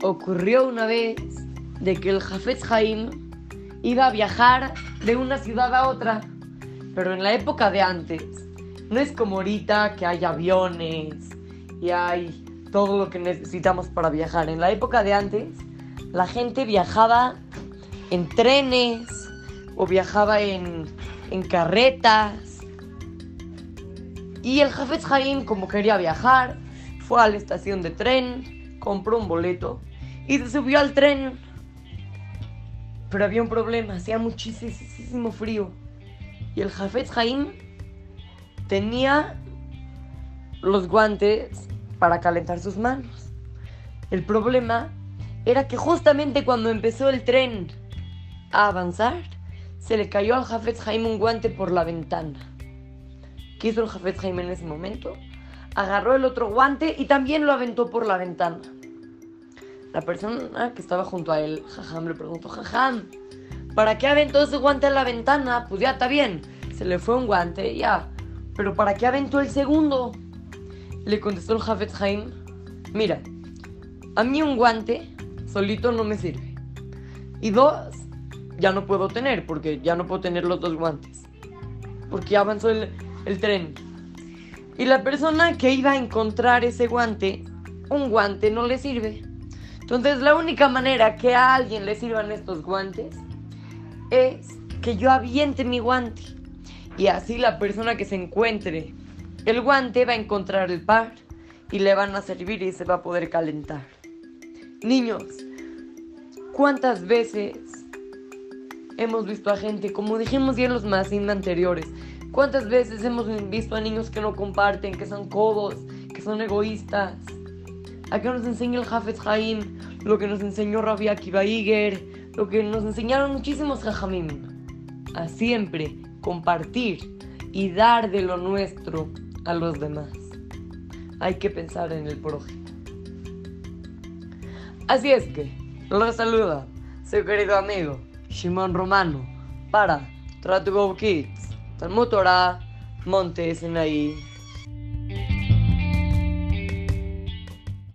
Ocurrió una vez de que el Jafetz Haim iba a viajar de una ciudad a otra, pero en la época de antes. No es como ahorita que hay aviones y hay todo lo que necesitamos para viajar. En la época de antes, la gente viajaba en trenes o viajaba en carretas. Y el Jafetz Haim, como quería viajar, fue a la estación de tren, compró un boleto y se subió al tren. Pero había un problema, hacía muchísimo frío. Y el Jafetz Haim tenía los guantes para calentar sus manos. El problema era que justamente cuando empezó el tren a avanzar, se le cayó al Jafetz Haim un guante por la ventana. ¿Qué hizo el Jafetz Haim en ese momento? Agarró el otro guante y también lo aventó por la ventana. La persona que estaba junto a él, Jajam, le preguntó: Jajam, ¿para qué aventó ese guante a la ventana? Pues ya está bien, se le fue un guante, ya. ¿Pero para qué aventó el segundo? Le contestó el Jafetz Haim: mira, a mí un guante solito no me sirve. Y dos, ya no puedo tener, porque ya no puedo tener los dos guantes. Porque ya avanzó el tren. Y la persona que iba a encontrar ese guante, un guante no le sirve. Entonces la única manera que a alguien le sirvan estos guantes es que yo aviente mi guante. Y así la persona que se encuentre el guante va a encontrar el par y le van a servir y se va a poder calentar. Niños, ¿cuántas veces hemos visto a gente, como dijimos ya en los magazines anteriores, cuántas veces hemos visto a niños que no comparten, que son codos, que son egoístas? ¿A qué nos enseña el Jafetz Haim? Lo que nos enseñó Rabbi Akiva Iger, lo que nos enseñaron muchísimos jajamim. A siempre compartir y dar de lo nuestro a los demás. Hay que pensar en el prójimo. Así es que, los saluda su querido amigo Shimon Romano para Try to Go Kids, Talmud Torah, Monte Sinaí.